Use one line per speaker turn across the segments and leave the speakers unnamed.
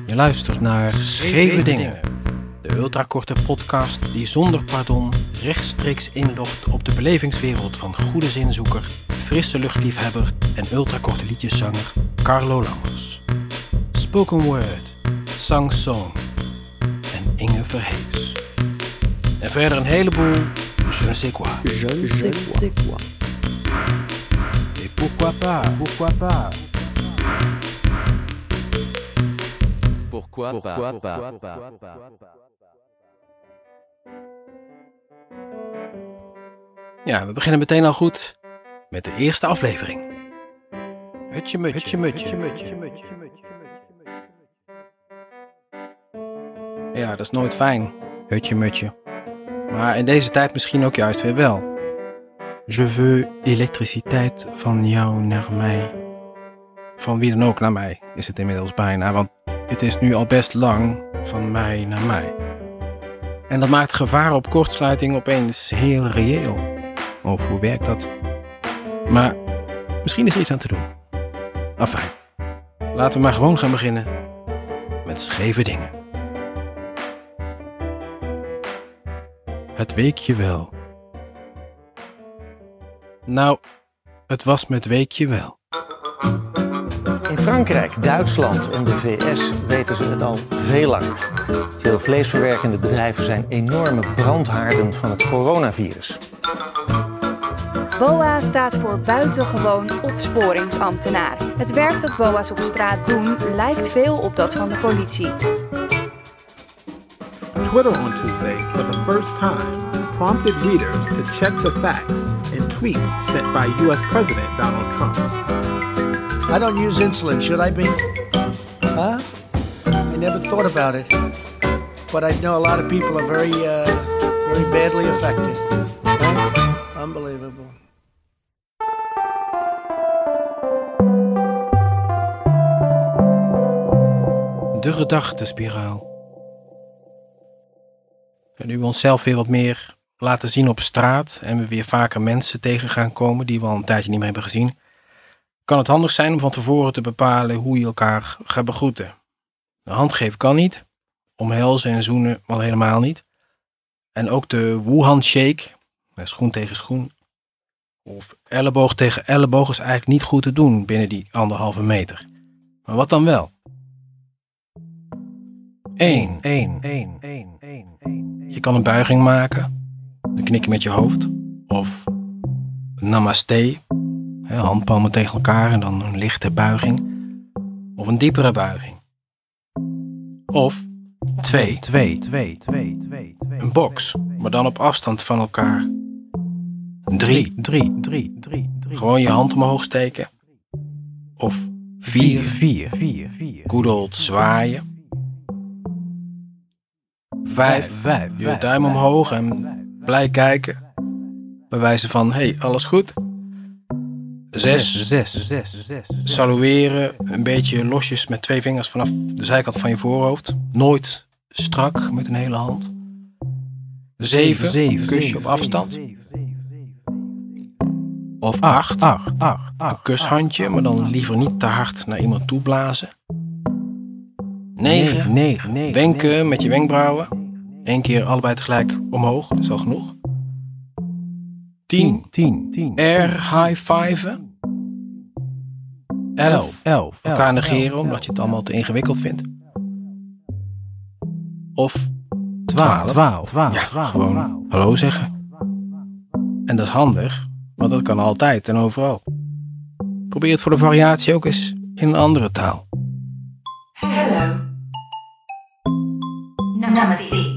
Je luistert naar Scheve Dingen, de ultrakorte podcast die zonder pardon rechtstreeks inlogt op de belevingswereld van goede zinzoeker, frisse luchtliefhebber en ultrakorte liedjeszanger Carlo Lammers. Spoken word, sang song en Inge Verhees. En verder een heleboel je ne sais quoi.
Je ne sais quoi.
Et pourquoi pas?
Pourquoi pas?
Pourquoi pas?
Ja, we beginnen meteen al goed met de eerste aflevering. Hutje mutje. Ja, dat is nooit fijn, hutje mutje. Maar in deze tijd misschien ook juist weer wel. Je veux elektriciteit van jou naar mij. Van wie dan ook naar mij is het inmiddels bijna, want het is nu al best lang van mij naar mij. En dat maakt gevaar op kortsluiting opeens heel reëel. Of hoe werkt dat? Maar misschien is er iets aan te doen. Afijn, laten we maar gewoon gaan beginnen met scheve dingen. Het weekje wel. Nou, het was met weekje wel.
In Frankrijk, Duitsland en de VS weten ze het al veel langer. Veel vleesverwerkende bedrijven zijn enorme brandhaarden van het coronavirus.
BOA staat voor buitengewoon opsporingsambtenaar. Het werk dat BOA's op straat doen lijkt veel op dat van de politie.
Twitter on Tuesday, for the first time, prompted readers to check the facts in tweets sent by U.S. President Donald Trump.
I don't use insulin, should I be? Huh? I never thought about it. But I know a lot of people are very badly affected. Huh? Unbelievable.
De gedachtenspiraal. En nu we onszelf weer wat meer laten zien op straat en we weer vaker mensen tegen gaan komen die we al een tijdje niet meer hebben gezien, kan het handig zijn om van tevoren te bepalen hoe je elkaar gaat begroeten. De hand geven kan niet, omhelzen en zoenen al helemaal niet. En ook de Wuhan-shake, schoen tegen schoen, of elleboog tegen elleboog is eigenlijk niet goed te doen binnen die 1,5 meter. Maar wat dan wel? 1. Je kan een buiging maken, dan knik je met je hoofd, of namaste, handpalmen tegen elkaar en dan een lichte buiging, of een diepere buiging. Of 2. Een box, maar dan op afstand van elkaar. 3. Gewoon je hand omhoog steken. Of 4. Good old zwaaien. 5. Je duim omhoog en blij kijken. Bij wijze van, hey, alles goed? 6. Salueren, een beetje losjes met 2 vingers vanaf de zijkant van je voorhoofd. Nooit strak met een hele hand. 7. Kusje op afstand. Of 8. Een kushandje, maar dan liever niet te hard naar iemand toe blazen. 9. Wenken met je wenkbrauwen. 1 keer allebei tegelijk omhoog, dat is al genoeg. 10. Air high-fiven. 11. Elkaar negeren omdat je het allemaal te ingewikkeld vindt. Of 12. Ja, gewoon hallo zeggen. En dat is handig, want dat kan altijd en overal. Probeer het voor de variatie ook eens in een andere taal.
Hello. Namaste.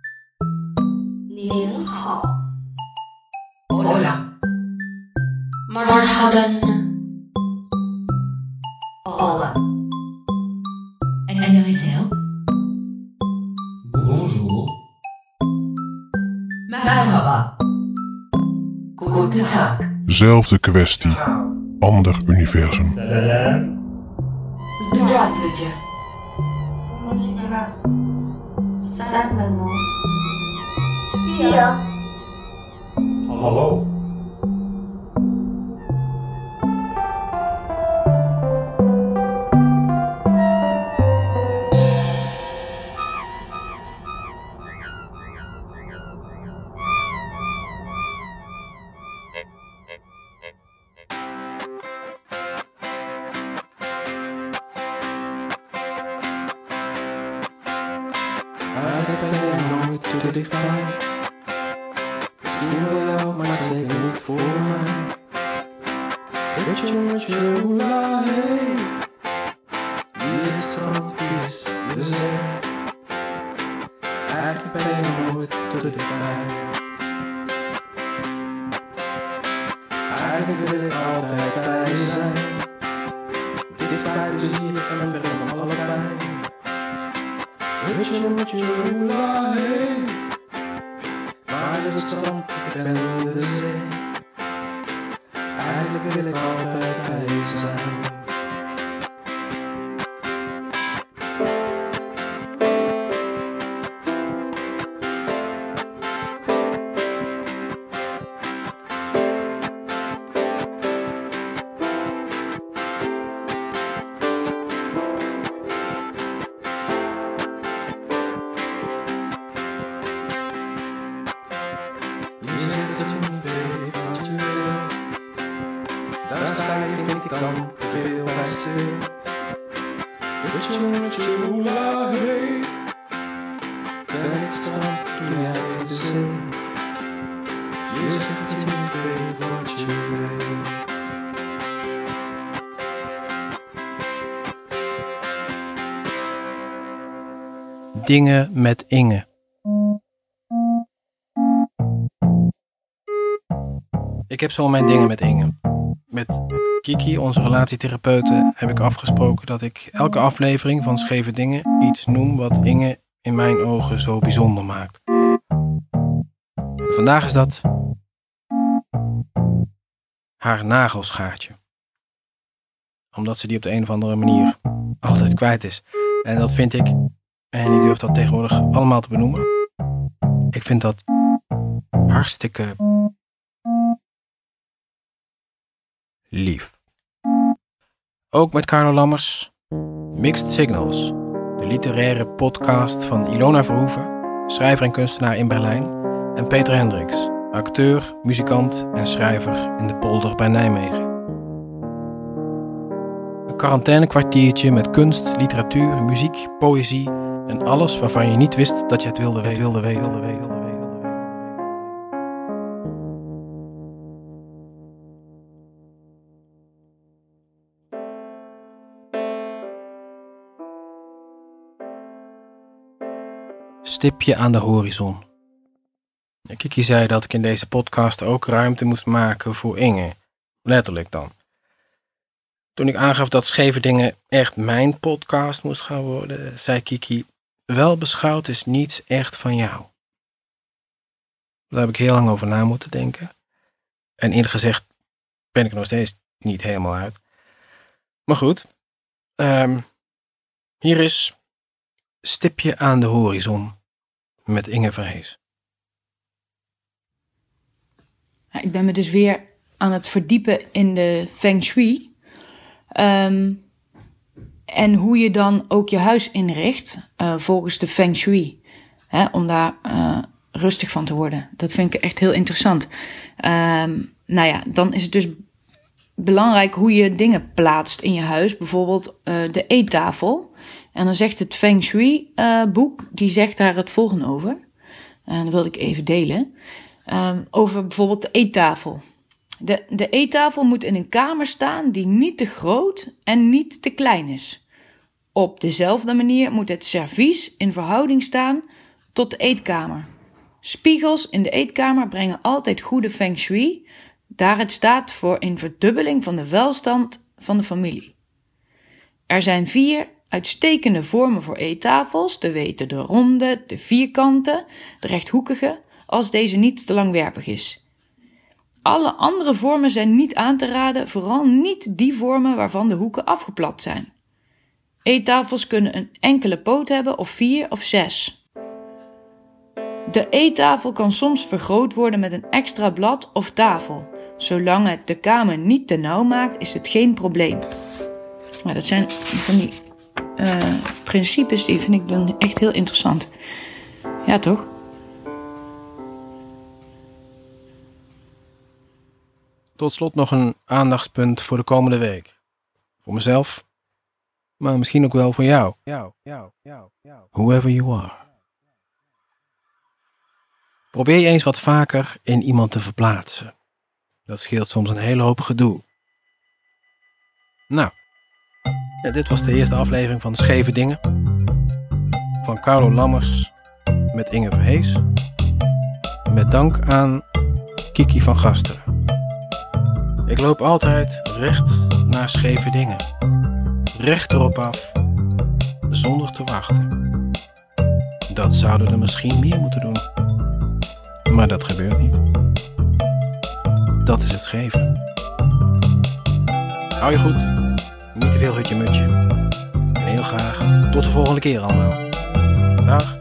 Ni hao. Hola. Marhaban. Hola. 안녕하세요. Bonjour. Merhaba. Guten Tag.
Zelfde kwestie, ander universum.
Здравствуйте.
Hallo.
te dichtbij. Misschien wel, maar zeker niet voor mij. Hutje, hoela, hey. Wie is het strand, wie is de zee? Eigenlijk ben je nooit te dichtbij. Eigenlijk wil ik altijd bij je zijn. Dichtbij plezier en ver van allebei. Hutje, hoela, hey. Waar is het strand, ik ben de zee. Eigenlijk wil ik altijd bij je zijn. Je zegt dat je niet weet wat je wil. Daar sta je, vind ik dan te veel bij stil. Hutje, hoela, hey. Ben ik het strand, doe jij de zee. Je zegt dat je niet weet wat je wil.
Dingen met Inge. Ik heb zo mijn dingen met Inge. Met Kiki, onze relatietherapeute, heb ik afgesproken dat ik elke aflevering van Scheve Dingen iets noem wat Inge in mijn ogen zo bijzonder maakt. Vandaag is dat haar nagelschaartje. Omdat ze die op de een of andere manier altijd kwijt is. En dat vind ik, en ik durf dat tegenwoordig allemaal te benoemen, ik vind dat hartstikke lief. Ook met Carlo Lammers, Mixed Signals, de literaire podcast van Ilona Verhoeven, schrijver en kunstenaar in Berlijn, en Peter Hendricks, acteur, muzikant en schrijver in de Polder bij Nijmegen. Een quarantainekwartiertje met kunst, literatuur, muziek, poëzie en alles waarvan je niet wist dat je het wilde weten. Stipje aan de horizon. Kiki zei dat ik in deze podcast ook ruimte moest maken voor Inge. Letterlijk dan. Toen ik aangaf dat Scheve Dingen echt mijn podcast moest gaan worden, zei Kiki, wel beschouwd is niets echt van jou. Daar heb ik heel lang over na moeten denken. En eerlijk gezegd ben ik er nog steeds niet helemaal uit. Maar goed, hier is Stipje aan de horizon met Inge Verhees.
Ik ben me dus weer aan het verdiepen in de Feng Shui. En hoe je dan ook je huis inricht volgens de Feng Shui. Om daar rustig van te worden. Dat vind ik echt heel interessant. Dan is het dus belangrijk hoe je dingen plaatst in je huis. Bijvoorbeeld de eettafel. En dan zegt het Feng Shui boek, die zegt daar het volgende over. En dat wilde ik even delen. Over bijvoorbeeld de eettafel. De eettafel moet in een kamer staan die niet te groot en niet te klein is. Op dezelfde manier moet het servies in verhouding staan tot de eetkamer. Spiegels in de eetkamer brengen altijd goede Feng Shui, daar het staat voor een verdubbeling van de welstand van de familie. Er zijn 4 uitstekende vormen voor eettafels, te weten de ronde, de vierkante, de rechthoekige, als deze niet te langwerpig is. Alle andere vormen zijn niet aan te raden, vooral niet die vormen waarvan de hoeken afgeplat zijn. Eettafels kunnen een enkele poot hebben of 4 of 6. De eettafel kan soms vergroot worden met een extra blad of tafel. Zolang het de kamer niet te nauw maakt, is het geen probleem. Maar dat zijn van die principes, die vind ik dan echt heel interessant. Ja, toch?
Tot slot nog een aandachtspunt voor de komende week. Voor mezelf, maar misschien ook wel voor jou. Whoever you are. Probeer je eens wat vaker in iemand te verplaatsen. Dat scheelt soms een hele hoop gedoe. Nou, ja, dit was de eerste aflevering van Scheve Dingen. Van Carlo Lammers met Inge Verhees. Met dank aan Kiki van Gasteren. Ik loop altijd recht naar scheve dingen. Recht erop af, zonder te wachten. Dat zouden er misschien meer moeten doen. Maar dat gebeurt niet. Dat is het scheven. Hou je goed. Niet te veel hutje-mutje. En heel graag tot de volgende keer allemaal. Dag.